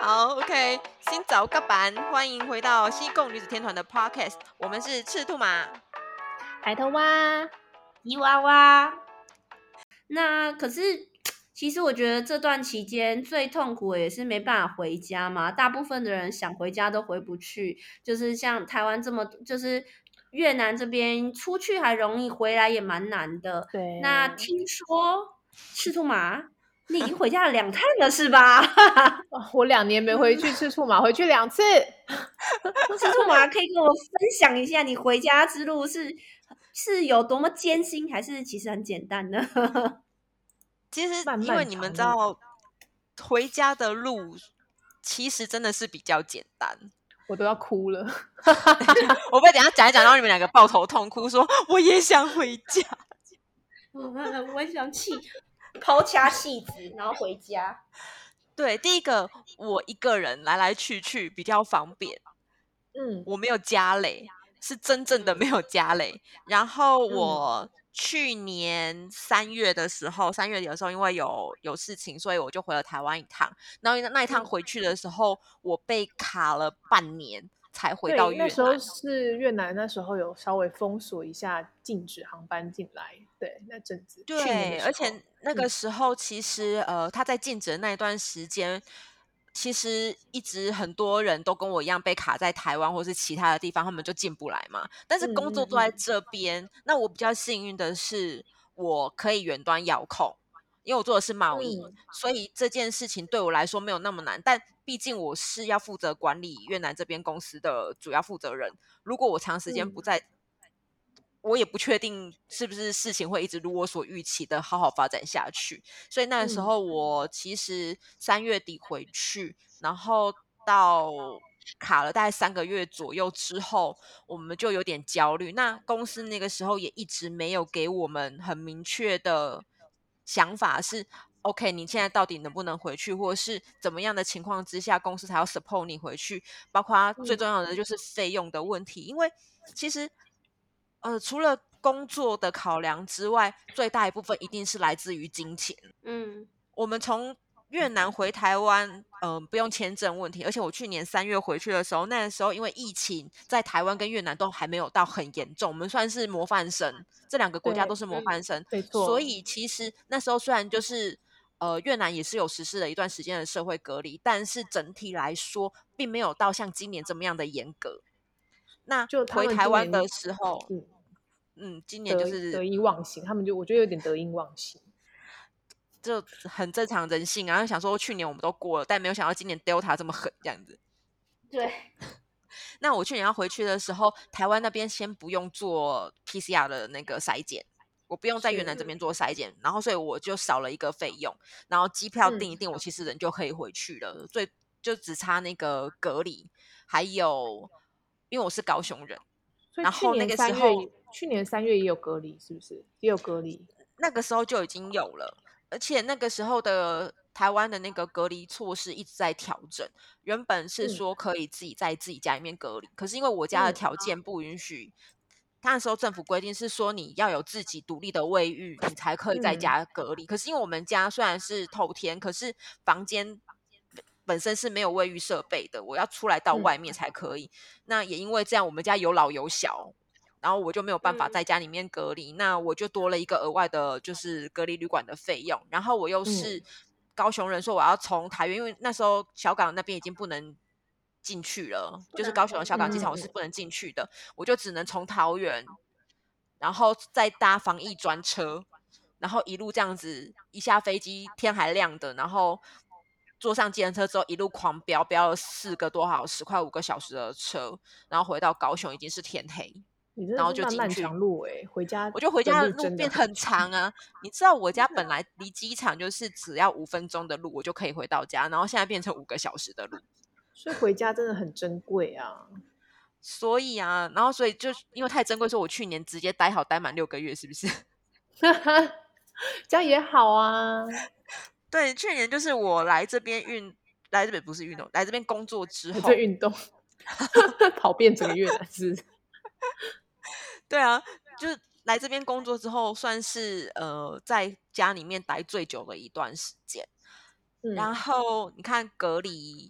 好，OK，新早各班，欢迎回到西贡女子天团的 Podcast，我们是赤兔马。 抬头蛙， 吉娃娃。那可是，其实我觉得这段期间最痛苦的也是没办法回家嘛。大部分的人想回家都回不去，就是像台湾这么，就是越南这边出去还容易，回来也蛮难的。 对， 那听说赤兔马，你已经回家了2趟了是吧？ 我2年没回去赤兔马，回去2次。 赤兔马可以跟我分享一下你回家之路是有多么艰辛，还是其实很简单呢？ 其实漫漫因为你们知长道，回家的路其实真的是比较简单。 我都要哭了。 我被等一下讲一讲，然后你们2个抱头痛哭，说我也想回家。 我也想抛家弃子，然后回家。 对，第一个我一个人来来去去比较方便，我没有家累，是真正的没有家累。然后我去年3月的时候，3月底的时候，因为有事情，所以我就回了台湾一趟。然后那一趟回去的时候，我被卡了半年才回到越南。 那时候是越南，那时候有稍微封锁一下，禁止航班进来。对，那阵子。 对，而且那个时候其实他在禁止的那一段时间，其实一直很多人都跟我一样被卡在台湾或是其他的地方，他们就进不来嘛。但是工作都在这边，那我比较幸运的是，我可以远端遥控，因为我做的是贸易，所以这件事情对我来说没有那么难。但毕竟我是要负责管理越南这边公司的主要负责人，如果我长时间不在，我也不确定是不是事情会一直如我所预期的好好发展下去，所以那时候我其实3月底回去，然后到卡了大概3个月左右之后，我们就有点焦虑。那公司那个时候也一直没有给我们很明确的想法是 OK， 你现在到底能不能回去，或者是怎么样的情况之下，公司才要 support 你回去，包括最重要的就是费用的问题，因为其实除了工作的考量之外，最大一部分一定是来自于金钱。我们从越南回台湾，不用签证问题，而且我去年3月回去的时候，那时候因为疫情在台湾跟越南都还没有到很严重，我们算是模范生，这2个国家都是模范生， 没错。 所以其实那时候虽然就是越南也是有实施了一段时间的社会隔离，但是整体来说并没有到像今年这么样的严格。那回台湾的时候，今年就是得意忘形，他们我觉得有点得意忘形， 就很正常人性啊。然后想说去年我们都过了，但没有想到今年 Delta 这么狠这样子。 对。 那我去年要回去的时候，台湾那边先不用做 PCR 的那个筛检，我不用在越南这边做筛检，然后所以我就少了一个费用，然后机票订一订，我其实人就可以回去了，所以就只差那个隔离，还有因为我是高雄人， 所以然后那个时候去年3月也有隔离，是不是？也有隔离， 那个时候就已经有了，而且那个时候的台湾的那个隔离措施一直在调整，原本是说可以自己在自己家里面隔离，可是因为我家的条件不允许，他那时候政府规定是说你要有自己独立的卫浴，你才可以在家隔离。可是因为我们家虽然是透天，可是房间本身是没有卫浴设备的，我要出来到外面才可以。那也因为这样，我们家有老有小，然后我就没有办法在家里面隔离，那我就多了一个额外的就是隔离旅馆的费用。然后我又是高雄人，说我要从台原，因为那时候小港那边已经不能进去了，就是高雄的小港机场我是不能进去的，我就只能从桃园，然后再搭防疫专车，然后一路这样子，一下飞机天还亮的，然后坐上计程车之后一路狂飙，飙了4个多小时，快5个小时的车，然后回到高雄已经是天黑。 你真的是漫漫长路回家， 我就回家的路变很长啊！你知道我家本来离机场就是只要5分钟的路，我就可以回到家，然后现在变成5个小时的路， 所以回家真的很珍贵啊！ 所以啊，然后所以就因为太珍贵，所以我去年直接待满6个月，是不是？ 这样也好啊。 对，去年就是我来这边不是运动，来这边工作之后， 这运动跑遍整个越南是。 对啊，就是来这边工作之后，算是在家里面待最久的一段时间。然后你看隔离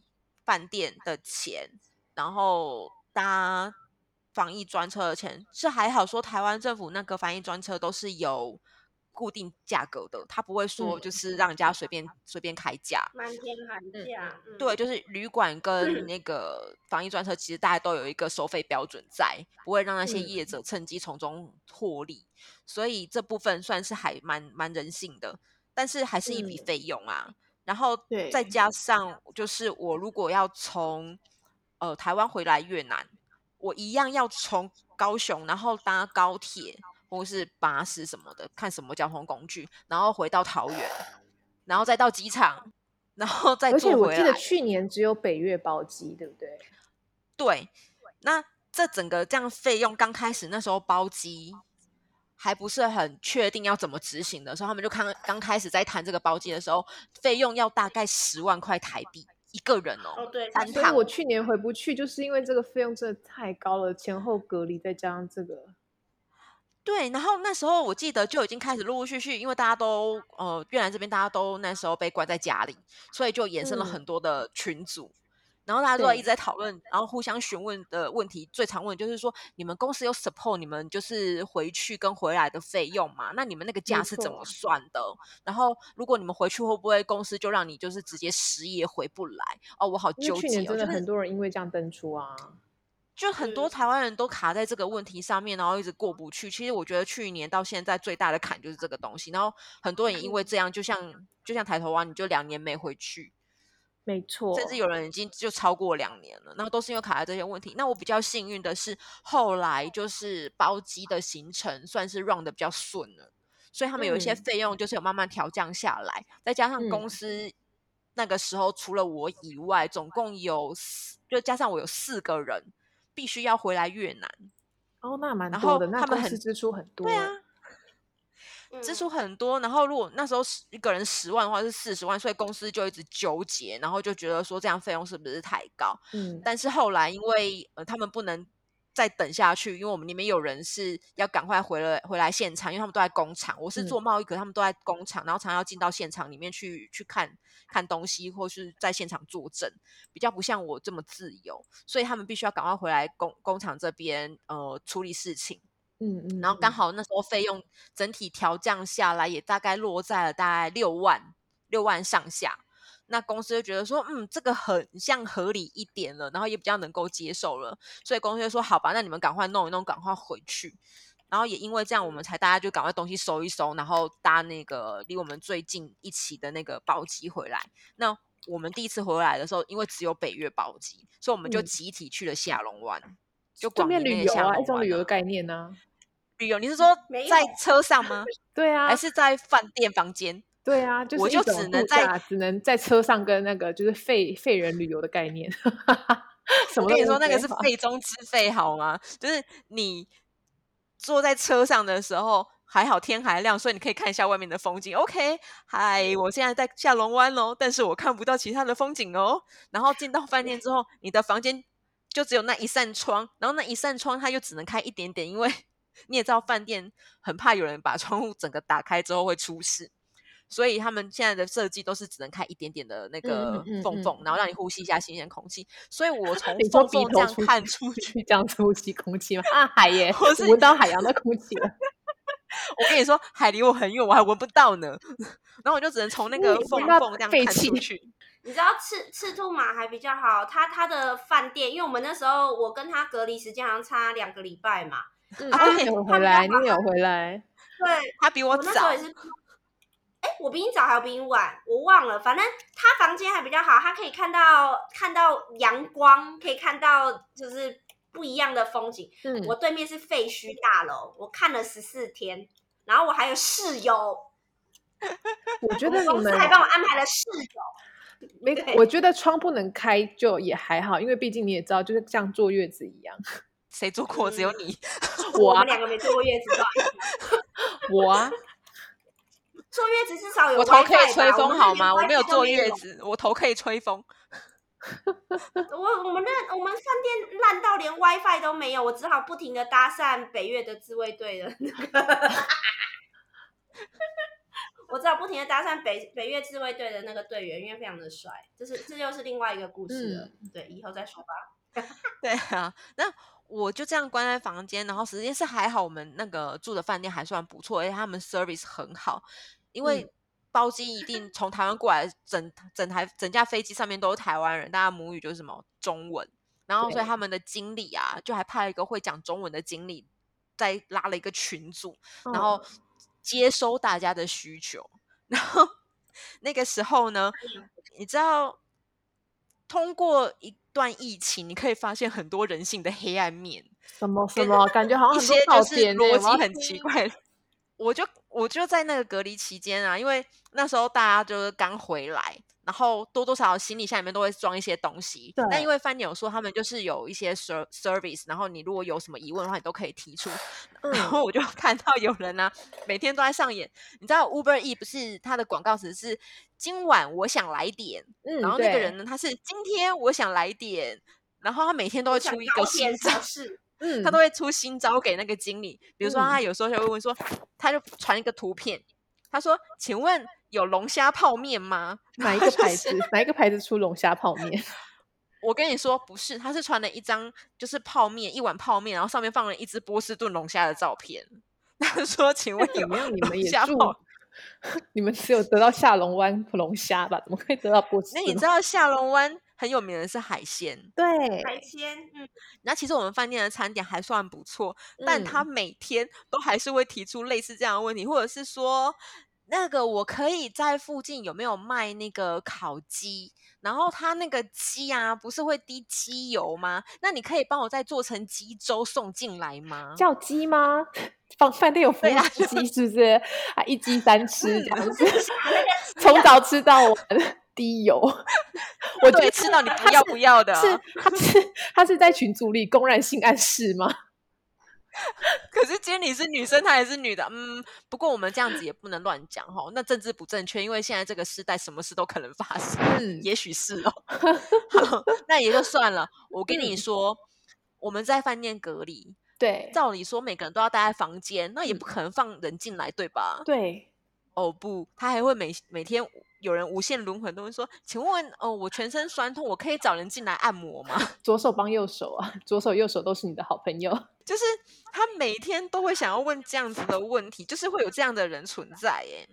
饭店的钱，然后搭防疫专车的钱，是还好说台湾政府那个防疫专车都是有固定价格的，他不会说就是让人家随便开价。 漫天喊价， 对，就是旅馆跟那个防疫专车，其实大家都有一个收费标准在，不会让那些业者趁机从中获利，所以这部分算是还蛮人性的，但是还是一笔费用啊。然后再加上就是我如果要从台湾回来越南，我一样要从高雄，然后搭高铁或是巴士什么的，看什么交通工具，然后回到桃园，然后再到机场，然后再而且坐回来。 我记得去年只有北越包机，对不对？ 对，那这整个这样费用刚开始那时候包机还不是很确定要怎么执行的时候，他们就刚开始在谈这个包机的时候，费用要大概10万块台币一个人哦。 对， 所以我去年回不去，就是因为这个费用真的太高了，前后隔离再加上这个。 对，然后那时候我记得就已经开始陆陆续续，因为大家都越南这边大家都那时候被关在家里，所以就衍生了很多的群组。然后大家都一直在讨论，然后互相询问的问题，最常问就是说，你们公司有 support 你们就是回去跟回来的费用吗？那你们那个价是怎么算的？然后如果你们回去，会不会公司就让你就是直接失业回不来？哦，我好纠结哦。 去年真的很多人因为这样登出啊。 就很多台湾人都卡在这个问题上面，然后一直过不去。其实我觉得去年到现在最大的坎就是这个东西，然后很多人也因为这样，就像抬头湾，你就2年没回去。 没错， 甚至有人已经就超过2年了，然后都是因为卡在这些问题。那我比较幸运的是，后来就是包机的行程算是 run 的比较顺了，所以他们有一些费用就是有慢慢调降下来，再加上公司那个时候除了我以外，总共就加上我有4个人必须要回来越南。 哦，那蛮多的，那公司支出很多。 对啊，支出很多，然后如果那时候一个人10万的话是40万，所以公司就一直纠结，然后就觉得说这样费用是不是太高？但是后来因为他们不能再等下去，因为我们里面有人是要赶快回来现场，因为他们都在工厂。我是做贸易，可他们都在工厂，然后常常要进到现场里面去看东西，或是在现场作证，比较不像我这么自由，所以他们必须要赶快回来工厂这边处理事情。然后刚好那时候费用整体调降下来，也大概落在了大概6万上下。那公司就觉得说，这个很像合理一点了，然后也比较能够接受了，所以公司就说，好吧，那你们赶快弄一弄，赶快回去。然后也因为这样，我们才大家就赶快东西收一收，然后搭那个离我们最近一起的那个包机回来。那我们第一次回来的时候，因因为北越包机，所以我们就集体去了下龙湾，就广宁那个下龙湾， 一种旅游的概念呢。 旅游，你是说在车上吗？ 对啊， 还是在饭店房间？ 对啊，就是我就只能在车上跟那个就是废人旅游的概念。 我跟你说，那个是费中之费，好吗？就是你坐在车上的时候，还好天还亮，所以你可以看一下外面的风景。OK， 嗨，我现在在下龙湾哦，但是我看不到其他的风景哦。然后进到饭店之后，你的房间就只有那一扇窗，然后那一扇窗它又只能开一点点，因为你也知道饭店很怕有人把窗户整个打开之后会出事，所以他们现在的设计都是只能开一点点的那个缝缝，然后让你呼吸一下新鲜空气。所以我从缝缝这样看出去， 这样呼吸空气吗？海耶，我闻到海洋的空气了。 我跟你说，海离我很远，我还闻不到呢。然后我就只能从那个缝缝这样看出去。 你知道赤兔马还比较好，他的饭店，因为我们那时候我跟他隔离时间好像差2个礼拜嘛。 你有回来，你有回来。 对， 他比我早。 那时候也是，我比你早还有比你晚，我忘了。反正他房间还比较好，他可以看到阳光，可以看到就是不一样的风景。我对面是废墟大楼，我看了14天，然后我还有室友。 我觉得公司还帮我安排了室友。 我觉得窗不能开就也还好，因为毕竟你也知道，就是像坐月子一样。 谁坐过？只有你。 我们2个没坐过月子。 我啊， 坐月子至少有 WiFi 吧， 我头可以吹风好吗？我没有坐月子，我头可以吹风。 我们饭店烂到连 WiFi 都没有，我只好不停的搭讪北越的自卫队的那个。 我知道不停的搭讪北越自卫队的那个队员，因为非常的帅，这又是另外一个故事了。对，以后再说吧。 对啊，那我就这样关在房间，然后实际是还好，我们那个住的饭店还算不错，而且他们 service 很好，因为包机一定从台湾过来，整架飞机上面都是台湾人，大家母语就是什么中文，然后所以他们的经理啊，就还派了一个会讲中文的经理，再拉了一个群组，然后接收大家的需求，然后那个时候呢，你知道，通过一段疫情，你可以发现很多人性的黑暗面， 什么感觉好像一很多些就是爆点逻辑我要很奇怪。我就在那个隔离期间啊，因为那时候大家就是刚回来，然后多多少少行李箱里面都会装一些东西。但因为饭店有说他们就是有一些 service， 然后你如果有什么疑问的话，你都可以提出。然后我就看到有人啊，每天都在上演。你知道 Uber E 不是他的广告词是今晚我想来点，然后那个人呢，他是今天我想来点，然后他每天都会出一个新招式。他都会出新招给那个经理，比如说他有时候就会问说，他就传一个图片，他说：“请问有龙虾泡面吗？” 哪一个牌子？哪一个牌子出龙虾泡面？ 我跟你说，不是，他是传了一张就是泡面，一碗泡面，然后上面放了一只波士顿龙虾的照片。他说：“请问有龙虾泡？ 你们只有得到下龙湾龙虾吧？怎么可以得到波士顿？” 那你知道下龙湾很有名的是海鲜， 对， 海鲜， 那其实我们饭店的餐点还算不错，但他每天都还是会提出类似这样的问题，或者是说，那个我可以在附近有没有卖那个烤鸡？然后他那个鸡啊，不是会滴鸡油吗？那你可以帮我再做成鸡粥送进来吗？ 叫鸡吗？饭店有服务鸡是不是？啊，一鸡3吃这样子，从早吃到晚，滴油。 我对吃到你不要的， 他是在群组里公然性暗示吗？ 可是今天你是女生，她也是女的，不过我们这样子也不能乱讲哈，那政治不正确，因为现在这个时代什么事都可能发生，也许是哦。好，那也就算了。我跟你说，我们在饭店隔离， 对， 照理说每个人都要待在房间，那也不可能放人进来，对吧？ 对。 哦不，他还会每天有人无限轮回都会说，请问我全身酸痛，我可以找人进来按摩吗？ 左手帮右手啊，左手右手都是你的好朋友。 就是他每天都会想要问这样子的问题，就是会有这样的人存在耶。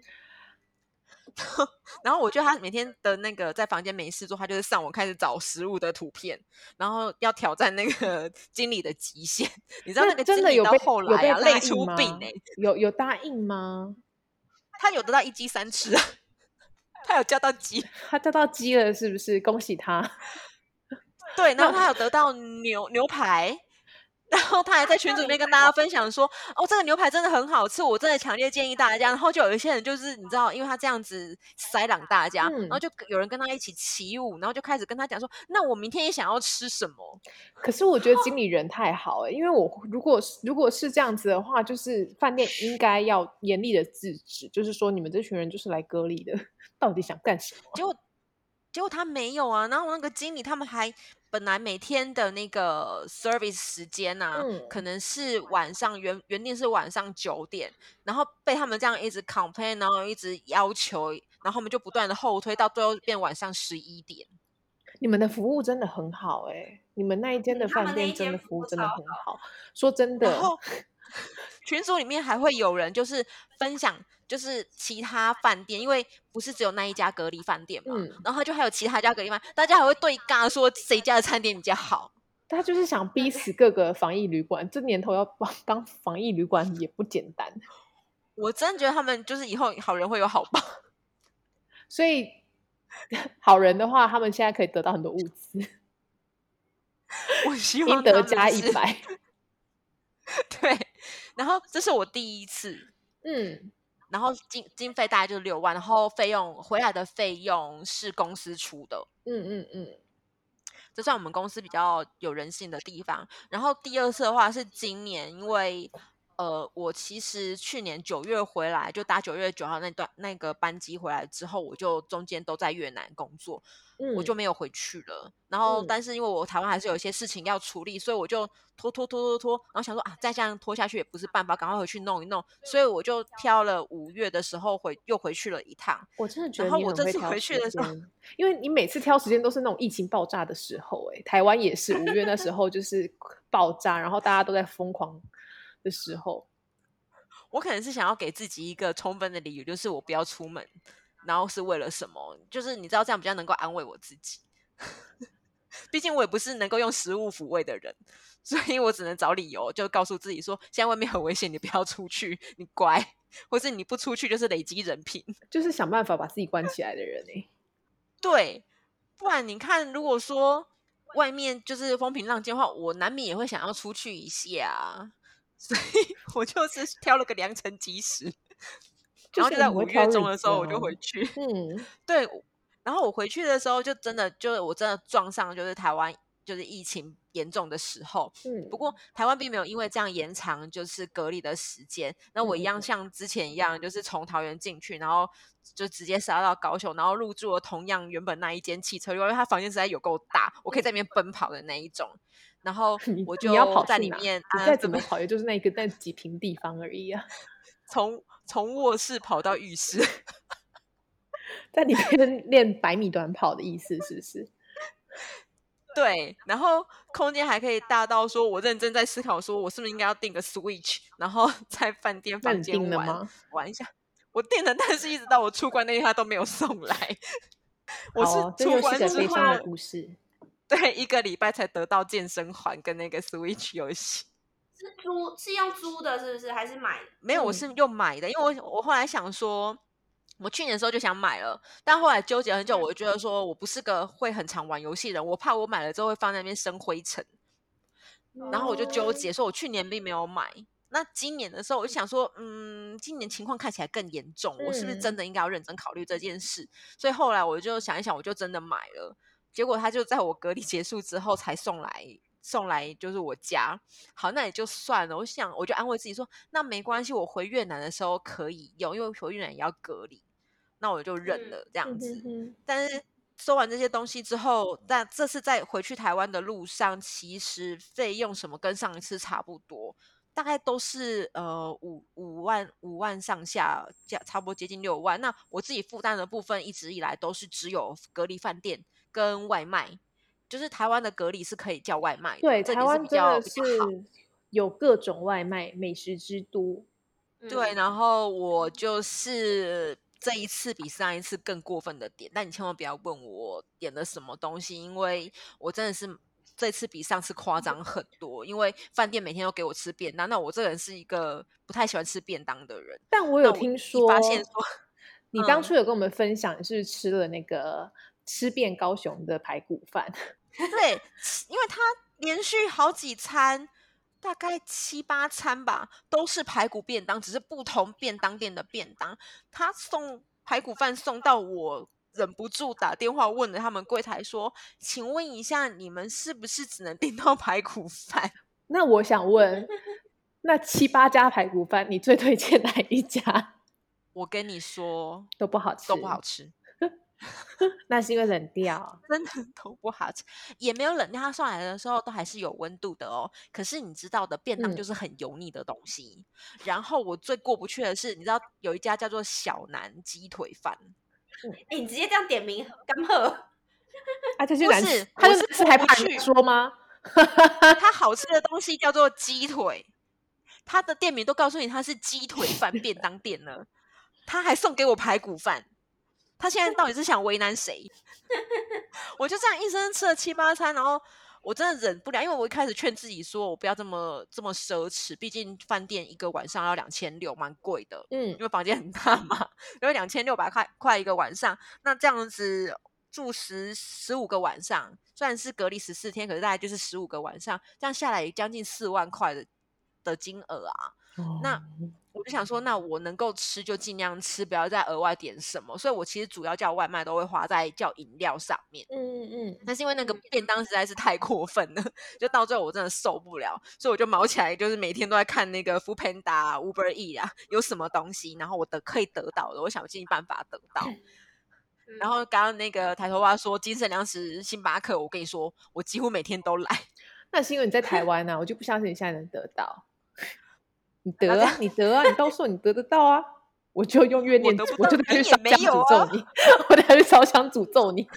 然后我觉得他每天的那个在房间没事做，他就是上网开始找食物的图片，然后要挑战那个经理的极限。你知道那个经理到后来啊，累出病哎， 有答应吗？ 他有得到1鸡3吃啊，他有叫到鸡， 他叫到鸡了，是不是？恭喜他。 对，然后他有得到牛排。然后他还在群组里面跟大家分享说，这个牛排真的很好吃，我真的强烈建议大家。然后就有一些人就是你知道，因为他这样子塞朗大家，然后就有人跟他一起起舞，然后就开始跟他讲说，那我明天也想要吃什么。 可是我觉得经理人太好因为我如果是这样子的话，就是饭店应该要严厉的制止，就是说你们这群人就是来隔离的，到底想干什么？ 结果他没有啊，然后那个经理他们还本来每天的那个 service 时间啊，可能是晚上原定是晚上9点，然后被他们这样一直 complain， 然后一直要求，然后他们就不断的后推，到最后变晚上11点。 你们的服务真的很好你们那一间的饭店真的服务真的很好，说真的。 然后群组里面还会有人就是分享，就是其他饭店，因为不是只有那一家隔离饭店嘛，然后就还有其他家隔离饭店，大家还会对尬说谁家的餐点比较好。 他就是想逼死各个防疫旅馆，这年头要当防疫旅馆也不简单。 我真的觉得他们就是以后好人会有好报， 所以好人的话，他们现在可以得到很多物资。 我希望应得加100。 对，然后这是我第一次，然后经费大概就是6万，然后回来的费用是公司出的，这算我们公司比较有人性的地方。然后第二次的话是今年，因为我其实去年9月回来，就搭9月9号那个班机回来之后，我就中间都在越南工作，我就没有回去了。然后，但是因为我台湾还是有一些事情要处理，所以我就拖，然后想说啊，再这样拖下去也不是办法，赶快回去弄一弄。所以我就挑了5月的时候又回去了一趟。 我真的觉然得你很会后我这次挑时回去的时候， 间，因为你每次挑时间都是那种疫情爆炸的时候，台湾也是5月那时候就是爆炸，然后大家都在疯狂的时候。 我可能是想要给自己一个充分的理由，就是我不要出门，然后是为了什么？就是你知道这样比较能够安慰我自己。毕竟我也不是能够用食物抚慰的人，所以我只能找理由，就告诉自己说，现在外面很危险，你不要出去，你乖，或是你不出去就是累积人品， 就是想办法把自己关起来的人。 对，不然你看，如果说外面就是风平浪静的话，我难免也会想要出去一下，所以我就是挑了个良辰吉时，然后就在5月中的时候我就回去。对，然后我回去的时候就真的我真的撞上就是台湾就是疫情严重的时候。不过台湾并没有因为这样延长就是隔离的时间，那我一样像之前一样，就是从桃园进去，然后就直接杀到高雄，然后入住了同样原本那一间汽车，因为他房间实在有够大，我可以在里面奔跑的那一种。然后我就在里面， 你再怎么跑也就是那几平地方而已啊。 从卧室跑到浴室。 在里面练100米短跑的意思是不是？ 对，然后空间还可以大到说，我认真在思考，说我是不是应该要订个 Switch， 然后在饭店房间玩一下。我订了，但是一直到我出关那天，他都没有送来。我是出关之后的故事， 对，1个礼拜才得到健身环跟那个 Switch 游戏。 是用租的，是不是？还是买的？ 没有，我是用买的，因为我后来想说。我去年的时候就想买了，但后来纠结很久，我就觉得说我不是个会很常玩游戏的人，我怕我买了之后会放在那边生灰尘，然后我就纠结说我去年并没有买。那今年的时候我就想说今年情况看起来更严重，我是不是真的应该要认真考虑这件事？所以后来我就想一想，我就真的买了。结果他就在我隔离结束之后才送来就是我家。好，那也就算了。我就安慰自己说，那没关系，我回越南的时候可以用，因为回越南也要隔离，那我就忍了这样子。但是收完这些东西之后，但这次在回去台湾的路上，其实费用什么跟上一次差不多，大概都是5万上下，差不多接近6万。那我自己负担的部分一直以来都是只有隔离饭店跟外卖。就是台湾的隔离是可以叫外卖的， 对，台湾真的是有各种外卖，美食之都。 对，然后我就是这一次比上一次更过分的点，但你千万不要问我点了什么东西，因为我真的是这次比上次夸张很多。因为饭店每天都给我吃便当，那我这个人是一个不太喜欢吃便当的人。 但我有听说， 发现说你当初有跟我们分享，是吃了那个吃遍高雄的排骨饭。 对，因为他连续好几餐，大概7、8餐吧，都是排骨便当，只是不同便当店的便当。他送排骨饭送到我忍不住打电话问了他们柜台说，请问一下，你们是不是只能订到排骨饭？ 那我想问，那7、8家排骨饭，你最推荐哪一家？ 我跟你说， 都不好吃， 都不好吃。 那是因为冷掉， 真的都不好吃，也没有冷掉，它上来的时候都还是有温度的哦。可是你知道的，便当就是很油腻的东西。然后我最过不去的是，你知道有一家叫做小南鸡腿饭。 你直接这样点名干喝啊？这是不是， 他是还怕你说吗？ 它好吃的东西叫做鸡腿，它的店名都告诉你它是鸡腿饭便当店了，他还送给我排骨饭。他现在到底是想为难谁？我就这样一生吃了7、8餐，然后我真的忍不了，因为我一开始劝自己说我不要这么奢侈，毕竟饭店一个晚上要2600，蛮贵的。因为房间很大嘛，因为2600块一个晚上，那这样子住15个晚上，虽然是隔离14天，可是大概就是15个晚上，这样下来也将近4万块的金额啊。那我就想说，那我能够吃就尽量吃，不要再额外点什么。所以我其实主要叫外卖都会花在叫饮料上面。但是因为那个便当实在是太过分了，就到最后我真的受不了，所以我就毛起来，就是每天都在看那个 Foodpanda、Uber E 啊，有什么东西，然后我可以得到的，我想尽办法得到。然后刚刚那个抬头蛙说精神粮食星巴克，我跟你说，我几乎每天都来。 那是因为你在台湾啊，我就不相信你现在能得到。你得啊，你得啊，你告诉我你得得到啊，我就用怨念，我就得去烧香诅咒你，我得去烧香诅咒你。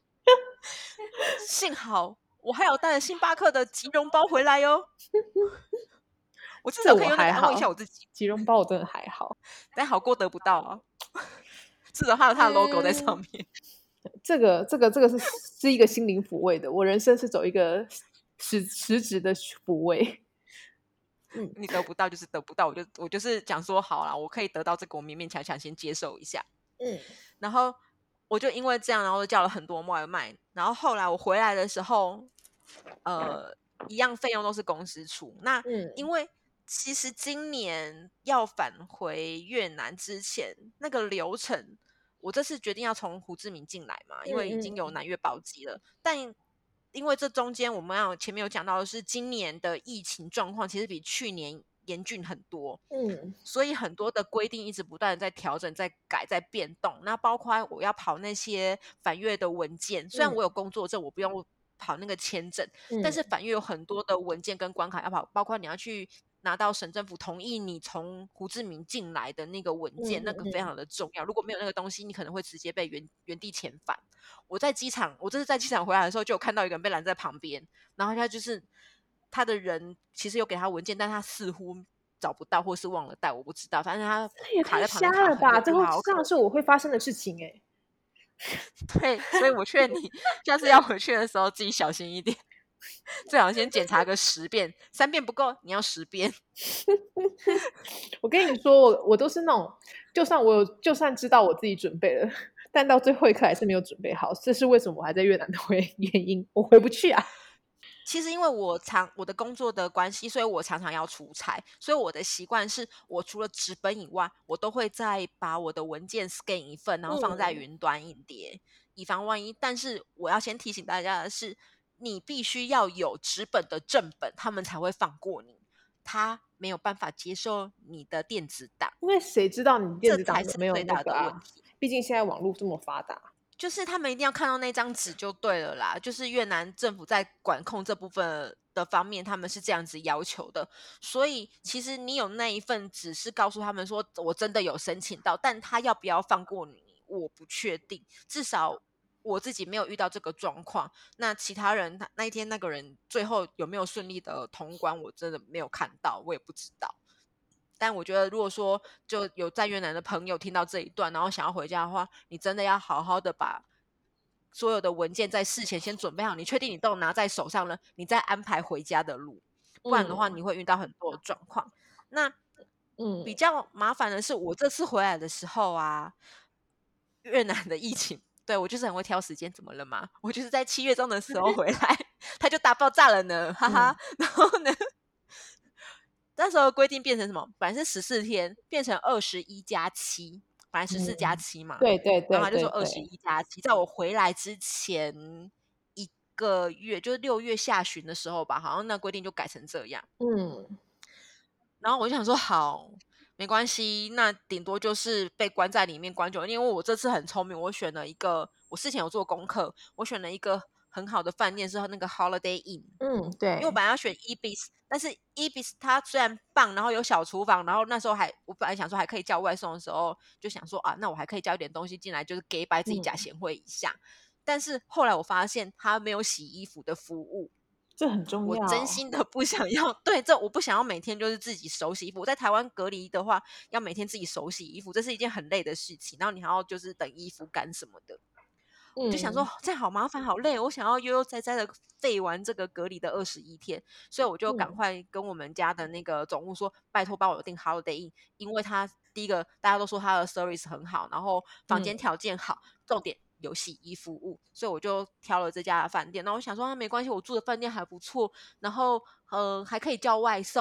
幸好我还有带了星巴克的即溶包回来哟，我至少可以用那个安慰一下我自己。 即溶包我真的还好， 但好过得不到啊，至少还有它的 logo 在上面。 这个是一个心灵抚慰的，我人生是走一个实质的抚慰。 你得不到就是得不到，我就是讲说好啦，我可以得到这个，我勉勉强强先接受一下。然后我就因为这样，然后就叫了很多外卖。然后后来我回来的时候，一样费用都是公司出。那因为其实今年要返回越南之前，那个流程，我这次决定要从胡志明进来嘛，因为已经有南越包机了，但因为这中间我们前面有讲到的是，今年的疫情状况其实比去年严峻很多，所以很多的规定一直不断的在调整、在改、在变动。那包括我要跑那些返越的文件，虽然我有工作证，我不用跑那个签证，但是返越有很多的文件跟关卡要跑，包括你要去拿到省政府同意你从胡志明进来的那个文件，那个非常的重要。如果没有那个东西，你可能会直接被原地遣返。我这次在机场回来的时候，就有看到一个人被拦在旁边，然后他的人其实有给他文件，但他似乎找不到或是忘了带，我不知道。反正他卡在旁边卡很久， 吧？这样是我会发生的事情哎。 对，所以我劝你下次要回去的时候自己小心一点，最好先检查个10遍，3遍不够，你要10遍。 我跟你说，我都是那种，就算知道我自己准备了，但到最后一刻还是没有准备好。这是为什么我还在越南的原因，我回不去啊。 其实因为我的工作的关系，所以我常常要出差，所以我的习惯是我除了纸本以外，我都会再把我的文件 scan 一份，然后放在云端硬碟，以防万一。但是我要先提醒大家的是，你必须要有纸本的正本，他们才会放过你。他没有办法接受你的电子档， 因为谁知道你电子档有没有最大的问题？ 毕竟现在网络这么发达。 就是他们一定要看到那张纸就对了啦，就是越南政府在管控这部分的方面，他们是这样子要求的。所以其实你有那一份纸是告诉他们说我真的有申请到，但他要不要放过你，我不确定。至少我自己没有遇到这个状况。那其他人那一天那个人最后有没有顺利的通关，我真的没有看到，我也不知道。但我觉得如果说就有在越南的朋友听到这一段，然后想要回家的话，你真的要好好的把所有的文件在事前先准备好，你确定你都拿在手上了，你再安排回家的路，不然的话你会遇到很多的状况。那比较麻烦的是，我这次回来的时候啊，越南的疫情，对，我就是很会挑时间，怎么了嘛？我就是在7月中的时候回来，它就大爆炸了呢，哈哈。然后呢，那时候规定变成什么？本来是14天，变成21+7，本来14+7嘛。 对对对， 然后他就说21+7，在我回来之前1个月，就是6月下旬的时候吧，好像那规定就改成这样。然后我就想说，好，没关系，那顶多就是被关在里面关久了。因为我这次很聪明，我选了一个，我事前有做功课，我选了一个很好的饭店，是那个 Holiday Inn。 对， 因为我本来要选 Ibis， 但是 Ibis 它虽然棒，然后有小厨房，然后那时候我本来想说还可以叫外送的时候，就想说啊，那我还可以叫一点东西进来，就是给白自己假贤惠一下。但是后来我发现它没有洗衣服的服务。 这很重要， 我真心的不想要，对，我不想要每天就是自己手洗衣服。我在台湾隔离的话，要每天自己手洗衣服，这是一件很累的事情。然后你还要就是等衣服干什么的，我就想说这样好麻烦好累，我想要悠悠哉哉的废完这个隔离的21天，所以我就赶快跟我们家的那个总务说，拜托帮我订 Holiday Inn， 因为他第一个大家都说他的 service 很好，然后房间条件好，重点有洗衣服务，所以我就挑了这家的饭店。然后我想说没关系，我住的饭店还不错，然后还可以叫外送。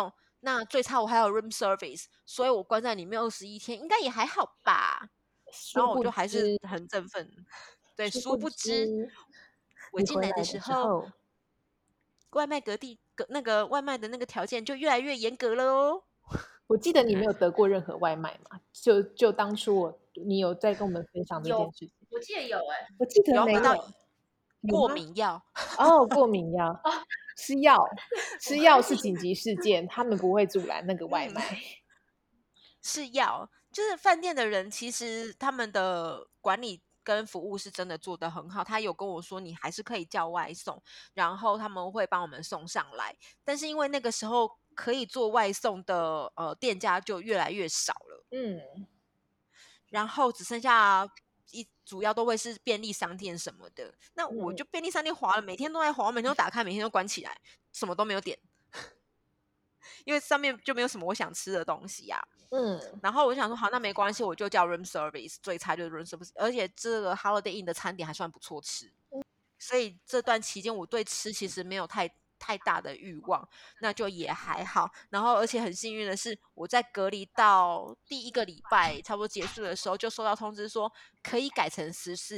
那最差我还有 room service，所以我关在里面21天，应该也还好吧。然殊不后我就还是知， 很振奋。对，殊殊不不知知， 我你进来的回来的时候， 时候， 外卖那个外卖的那个条件就越来越严格了哦。 我记得你没有得过任何外卖嘛？就当初你有在跟我们分享这件有， 事情， 我记得有哎、 我记得有得到没有，有过吗？ 敏药。 哦，过敏药，吃药是紧急事件，他们不会阻拦那个外嗯， 卖。 是要，就是饭店的人其实他们的管理跟服务是真的做得很好。他有跟我说，你还是可以叫外送，然后他们会帮我们送上来。但是因为那个时候可以做外送的店家就越来越少了， 嗯然后只剩下主要都会是便利商店什么的。那我嗯就便利商店滑了，每天都在滑，每天都打开，每天都关起来，什么都没有点，因为上面就没有什么我想吃的东西啊。 嗯， 然后我就想说，好，那没关系，我就叫 room service，最差就是 room service，而且这个 Holiday Inn 的餐点还算不错吃，所以这段期间我对吃其实没有太大的欲望，那就也还好。然后而且很幸运的是，我在隔离到第1个礼拜差不多结束的时候，就收到通知说可以改成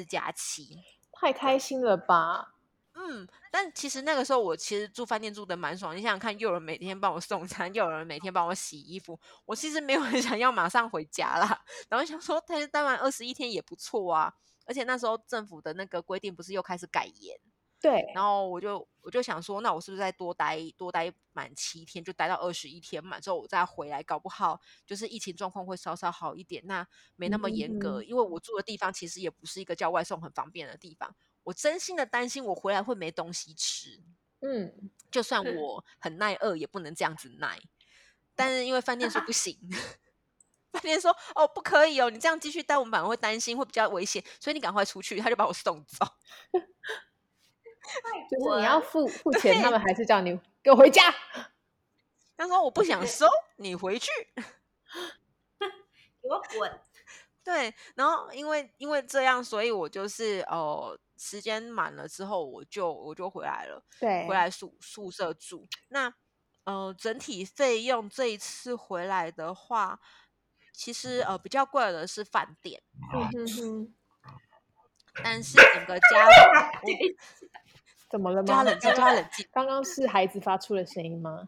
14+7。 太开心了吧？ 但其实那个时候我其实住饭店住的蛮爽，你想想看，又有人每天帮我送餐，又有人每天帮我洗衣服，我其实没有很想要马上回家啦。然后想说，待完21天也不错啊。而且那时候政府的那个规定不是又开始改严，然对， 后我就想说，那我是不是再多待满7天，就待到21天满之后我再回来，搞不好就是疫情状况会稍稍好一点，那没那么嗯严格。 哼， 因为我住的地方其实也不是一个叫外送很方便的地方，我真心的担心我回来会没东西吃。 嗯， 就算我很耐饿，也不能这样子耐。但是因为饭店说不行，饭店说哦不可以哦，你这样继续待，我们反而会担心会比较危险，所以你赶快出去，他就把我送走。 就是你要付钱，他们对， 还是叫你给我回家。 他说我不想收，你回去。 给我滚！ 对，然后因为这样，所以我就是时间满了之后，我就回来了，回对， 来宿舍住。那整体费用这一次回来的话，其实比较贵的是饭店， 嗯哼哼， 但是整个加我怎么了吗？ 叫他冷静，叫他冷静。 刚刚是孩子发出了声音吗？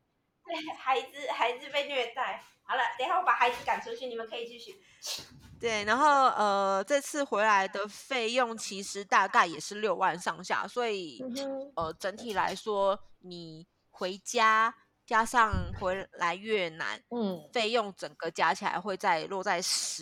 孩子被虐待。好了，等一下我把孩子赶出去，你们可以继续。 对，然后这次回来的费用其实大概也是6万上下，所以嗯哼， 整体来说，你回家加上回来越南， 嗯费用整个加起来会落在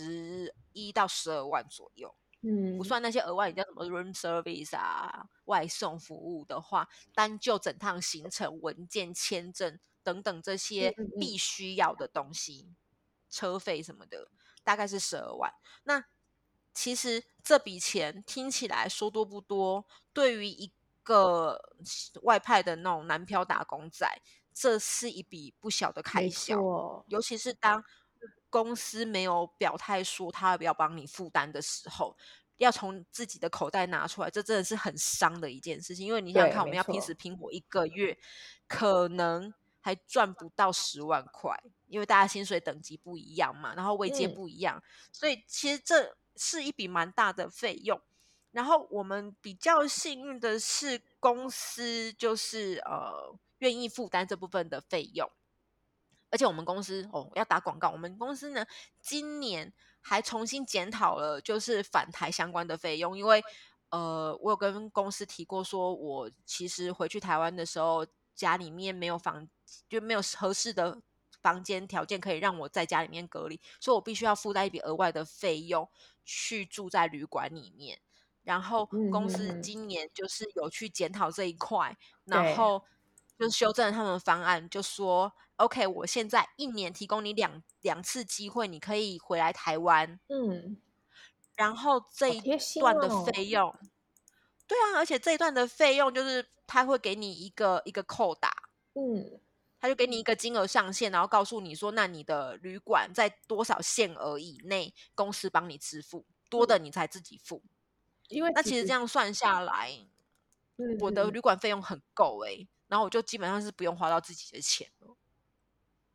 11到12万左右。不嗯算那些额外你叫什么 room service 啊、外送服务的话，单就整趟行程、文件、签证等等这嗯些嗯嗯， 必须要的东西，车费什么的，大概是12万。那其实这笔钱听起来说多不多，对于一个外派的那种南漂打工仔，这是一笔不小的开没销。 错， 尤其是当公司没有表态说他要不要帮你负担的时候，要从自己的口袋拿出来，这真的是很伤的一件事情。因为你想想对， 看，我们要拼没错， 死拼活1个月，可能还赚不到10万块，因为大家薪水等级不一样嘛，然后位阶嗯， 不一样，所以其实这是一笔蛮大的费用。然后我们比较幸运的是，公司就是愿意负担这部分的费用。而且我们公司要打广告，我们公司呢今年还重新检讨了就是返台相关的费用，因为我有跟公司提过说，我其实回去台湾的时候，家里面没有就没有合适的房间条件可以让我在家里面隔离，所以我必须要负担一笔额外的费用去住在旅馆里面。然后嗯公司哼哼， 今年就是有去检讨这一块，然对， 后就修正了他们的方案，就说 OK，我现在1年提供你两次机会，你可以回来台湾， 嗯， 然后这一好贴心段的哦， 费用，对啊，而且这一段的费用就是他会给你一个扣打， 嗯， 他就给你一个金额上限，然后告诉你说，那你的旅馆在多少限额以内，公司帮你支付，多的你才自己付。 因为那其实其实， 这样算下来，我的嗯哼， 旅馆费用很够然后我就基本上是不用花到自己的钱了。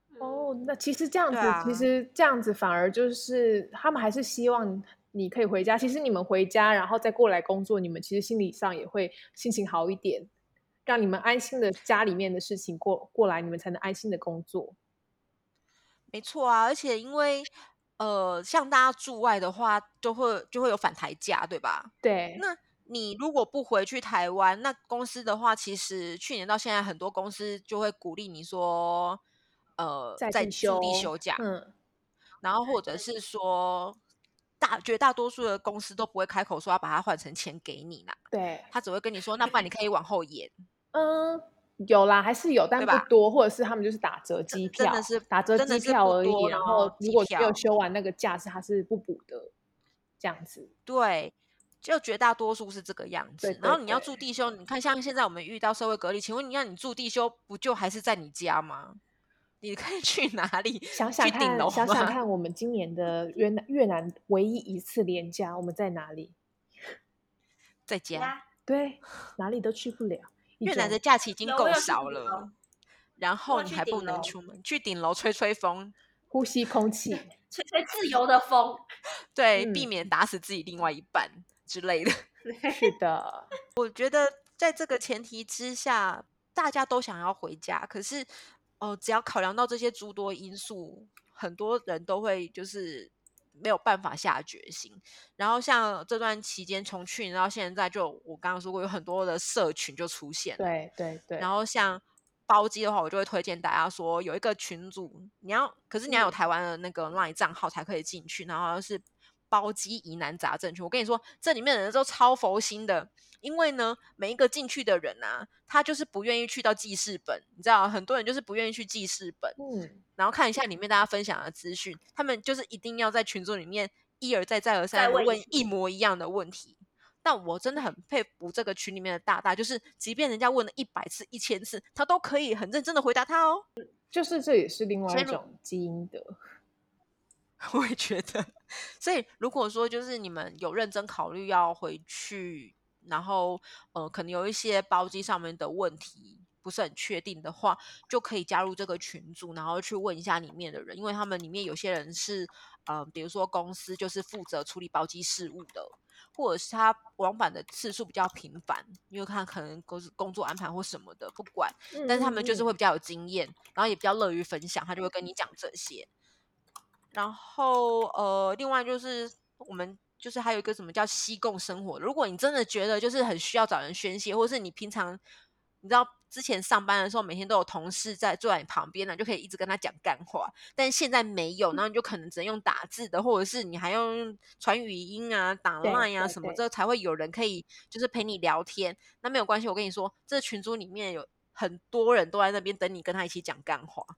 那其实这样子， 对啊， 反而就是他们还是希望你可以回家。其实你们回家，然后再过来工作，你们其实心理上也会心情好一点，让你们安心的家里面的事情过来，你们才能安心的工作。 没错啊，而且因为像大家驻外的话，就会有返台假，对吧？ 对， 那你如果不回去台湾，那公司的话，其实去年到现在，很多公司就会鼓励你说，在在地驻地休， 休假，然后或者是说，绝大多数的公司都不会开口说要把它换成钱给你啦， 对， 他只会跟你说，那不然你可以往后延， 嗯，有啦，还是有，但对吧？ 不多，或者是他们就是打折机票， 真的是打折机真的是不票而已。 多， 然然后后如果没有机票。 休完那个假他是不补的，这样子。 对，就绝大多数是这个样对子。然后你要对对， 住地休，你看像现在我们遇到社会隔离，请问你让你住地休，不就还是在你家吗？你可以去哪里？ 想去顶楼想吗？ 看，我们今年的越南唯一一次连假，我们在哪里？ 在家。 对，哪里都去不了，一越南的种假期已经够有我有去少了， 顶楼， 然我有去后你还不顶楼， 能出门，去顶楼吹吹风， 呼吸空气。 吹吹自由的风。 对，避嗯， 免打死自己另外一半之类的。 是的， 我觉得在这个前提之下，大家都想要回家，可是，只要考量到这些诸多因素，很多人都会就是没有办法下决心。然后像这段期间，从去年到现在，就我刚刚说过，有很多的社群就出现了。 对对对， 然后像包机的话，我就会推荐大家说，有一个群组，可是你要有台湾的那个 LINE 账号才可以进去，然后是包机疑难杂症群。我跟你说，这里面的人都超佛心的，因为呢，每一个进去的人啊，他就是不愿意去到记事本，你知道，很多人就是不愿意去记事本，然后看一下里面大家分享的资讯，他们就是一定要在群组里面一而再再而三的问一模一样的问题。但我真的很佩服这个群里面的大大，就是即便人家问了100次、1000次，他都可以很认真的回答他哦。 就是这也是另外所以一种基因的。 我也觉得，所以如果说就是你们有认真考虑要回去，然后可能有一些包机上面的问题不是很确定的话，就可以加入这个群组，然后去问一下里面的人，因为他们里面有些人是比如说公司就是负责处理包机事务的，或者是他往返的次数比较频繁，因为他可能工作安排或什么的，不管，但是他们就是会比较有经验，然后也比较乐于分享，他就会跟你讲这些。然后另外就是我们就是还有一个什么叫西共生活，如果你真的觉得就是很需要找人宣泄，或是你平常你知道之前上班的时候每天都有同事坐在你旁边呢，就可以一直跟他讲干话，但现在没有，然后你就可能只能用打字的，或者是你还用传语音啊、打 line 啊什么，这才会有人可以就是陪你聊天。那没有关系，我跟你说，这群组里面有很多人都在那边等你跟他一起讲干话。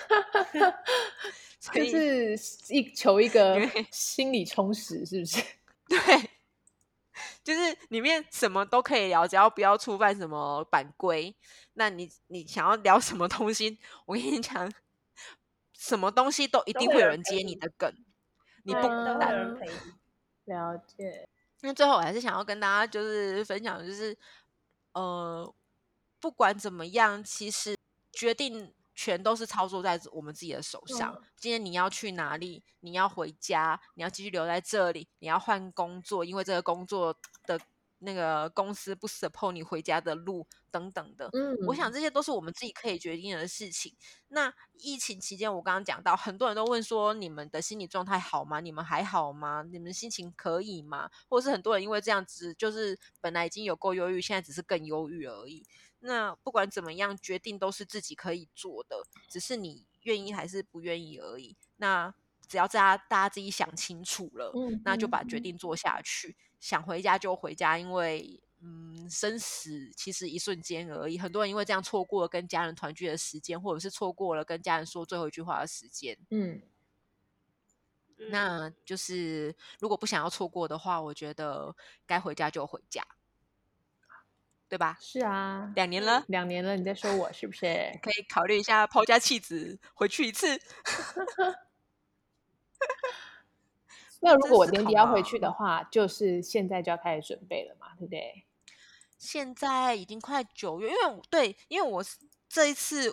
就是求一个心理充实，是不是？ 对，就是里面什么都可以聊，只要不要触犯什么版规。那你想要聊什么东西，我跟你讲，什么东西都一定会有人接你的梗，你不孤都会有单。 人陪你。 了解。 那最后我还是想要跟大家就是分享，就是不管怎么样，其实决定权都是操作在我们自己的手上。今天你要去哪里，你要回家，你要继续留在这里，你要换工作，因为这个工作的那个公司不 support 你回家的路等等的。我想这些都是我们自己可以决定的事情。那疫情期间，我刚刚讲到，很多人都问说，你们的心理状态好吗？你们还好吗？你们心情可以吗？或者是很多人因为这样子，就是本来已经有够忧郁，现在只是更忧郁而已。那不管怎么样，决定都是自己可以做的，只是你愿意还是不愿意而已。那只要大家自己想清楚了，那就把决定做下去。想回家就回家，因为生死其实一瞬间而已。很多人因为这样错过了跟家人团聚的时间，或者是错过了跟家人说最后一句话的时间。那就是如果不想要错过的话，我觉得该回家就回家。对吧？ 是啊 ，2年了 ，2年了，你在说我是不是？ 你可以考虑一下抛家弃子回去一次。 那如果我年底要回去的话，就是现在就要开始准备了嘛，对不对？ 现在已经快9月，因为我这一次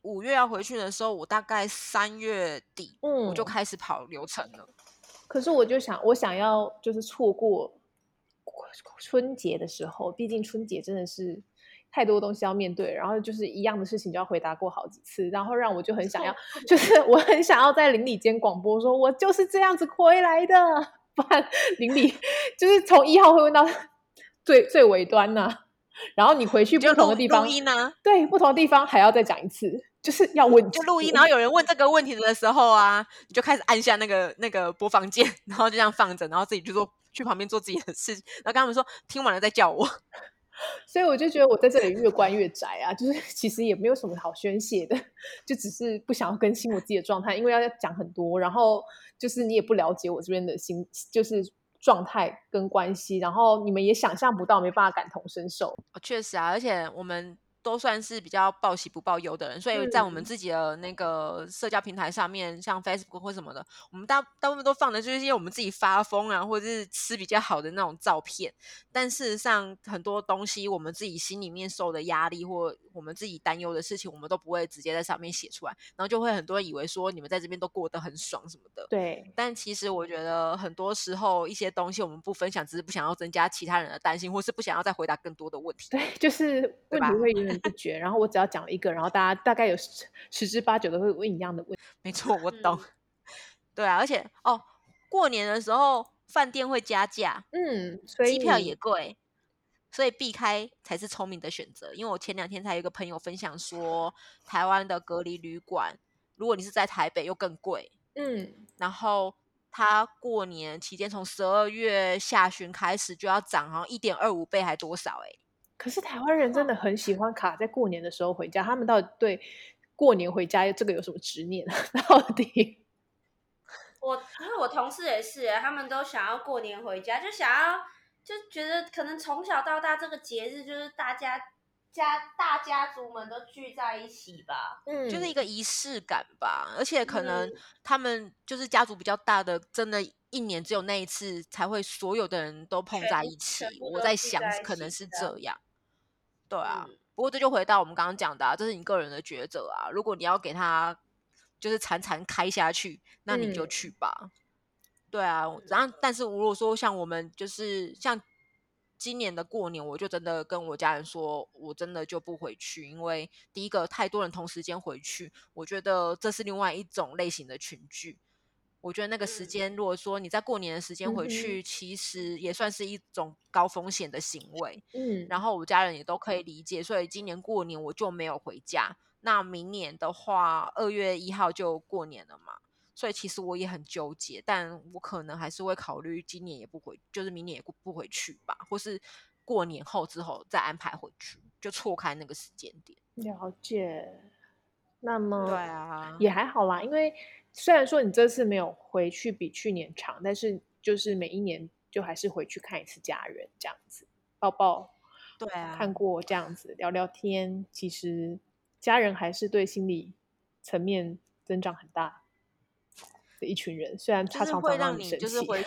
5月要回去的时候，我大概3月底我就开始跑流程了。 可是我想要就是错过春节的时候，毕竟春节真的是太多东西要面对，然后就是一样的事情就要回答过好几次，然后让我就很想要，就是我很想要在邻里间广播说，我就是这样子回来的，不然邻里就是从1号会问到最尾端呐。然后你回去不同的地方， 录音啊， 对，不同的地方还要再讲一次，就是要问， 就录音，然后有人问这个问题的时候啊，你就开始按下那个播放键，然后就这样放着，然后自己去旁边做自己的事，然后跟他们说听完了再叫我。 所以我就觉得我在这里越关越宅啊，就是其实也没有什么好宣泄的，就只是不想要更新我自己的状态，因为要讲很多，然后就是你也不了解我这边的就是状态跟关系，然后你们也想象不到，没办法感同身受。 确实啊，而且我们都算是比较报喜不报忧的人，所以在我们自己的那个社交平台上面，像 Facebook 或什么的，我们大部分都放的就是一些我们自己发疯啊，或者是吃比较好的那种照片。但事实上，很多东西我们自己心里面受的压力，或我们自己担忧的事情，我们都不会直接在上面写出来，然后就会很多人以为说你们在这边都过得很爽什么的。 对， 但其实我觉得很多时候一些东西我们不分享，只是不想要增加其他人的担心，或是不想要再回答更多的问题。 对，就是问题会源源不绝，然后我只要讲了一个，然后大家大概有10之8九都会问一样的问题。 没错，我懂。对啊，而且过年的时候饭店会加价， 所以机票也贵，所以避开才是聪明的选择。因为我前2天才有一个朋友分享说，台湾的隔离旅馆，如果你是在台北又更贵。然后他过年期间从12月下旬开始就要涨，好像1.25倍还多少可是台湾人真的很喜欢卡在过年的时候回家，他们到底对过年回家这个有什么执念？到底？ 因为我同事也是，他们都想要过年回家，就觉得可能从小到大这个节日就是大家族们都聚在一起吧， 就是一个仪式感吧。而且可能他们就是家族比较大的，真的一年只有那一次才会所有的人都碰在一起。我在想可能是这样。对啊，不过这就回到我们刚刚讲的这是你个人的抉择啊。如果你要给他就是惨开下去，那你就去吧。对啊，然后但是如果说像我们就是像今年的过年，我就真的跟我家人说，我真的就不回去，因为第一个太多人同时间回去，我觉得这是另外一种类型的群聚。我觉得那个时间，如果说你在过年的时间回去，其实也算是一种高风险的行为。然后我家人也都可以理解，所以今年过年我就没有回家。那明年的话，2月1号就过年了嘛，所以其实我也很纠结，但我可能还是会考虑今年也不回，就是明年也不回去吧，或是过年后之后再安排回去，就错开那个时间点。 了解。那么对啊， 也还好啦，因为虽然说你这次没有回去比去年长，但是就是每一年就还是回去看一次家人，这样子抱抱， 对啊， 看过这样子聊聊天，其实家人还是对心理层面增长很大的一群人，虽然他常常让你生气， 就是回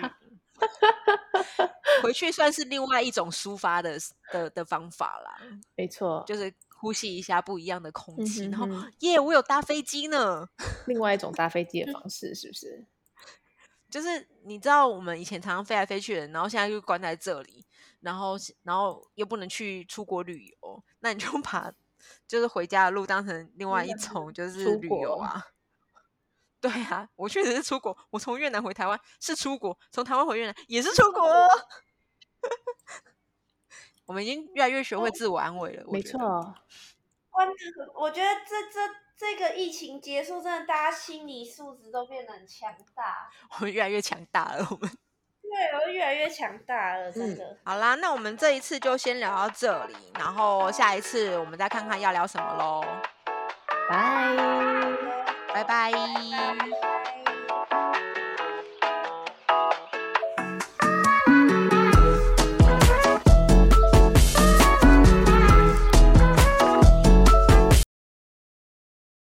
去算是另外一种抒发的方法啦。 没错， 就是呼吸一下不一样的空气，然后我有搭飞机呢。 另外一种搭飞机的方式是不是？ 就是你知道我们以前常常飞来飞去的，然后现在又关在这里，然后又不能去出国旅游，那你就把就是回家的路当成另外一种就是旅游啊。对啊，我确实是出国，我从越南回台湾是出国，从台湾回越南也是出国哦。我们已经越来越学会自我安慰了。 没错， 我觉得这个疫情结束，真的大家心理素质都变得很强大。 我们越来越强大了，我们对，越来越强大了，真的。 好啦，那我们这一次就先聊到这里，然后下一次我们再看看要聊什么咯。 拜拜拜。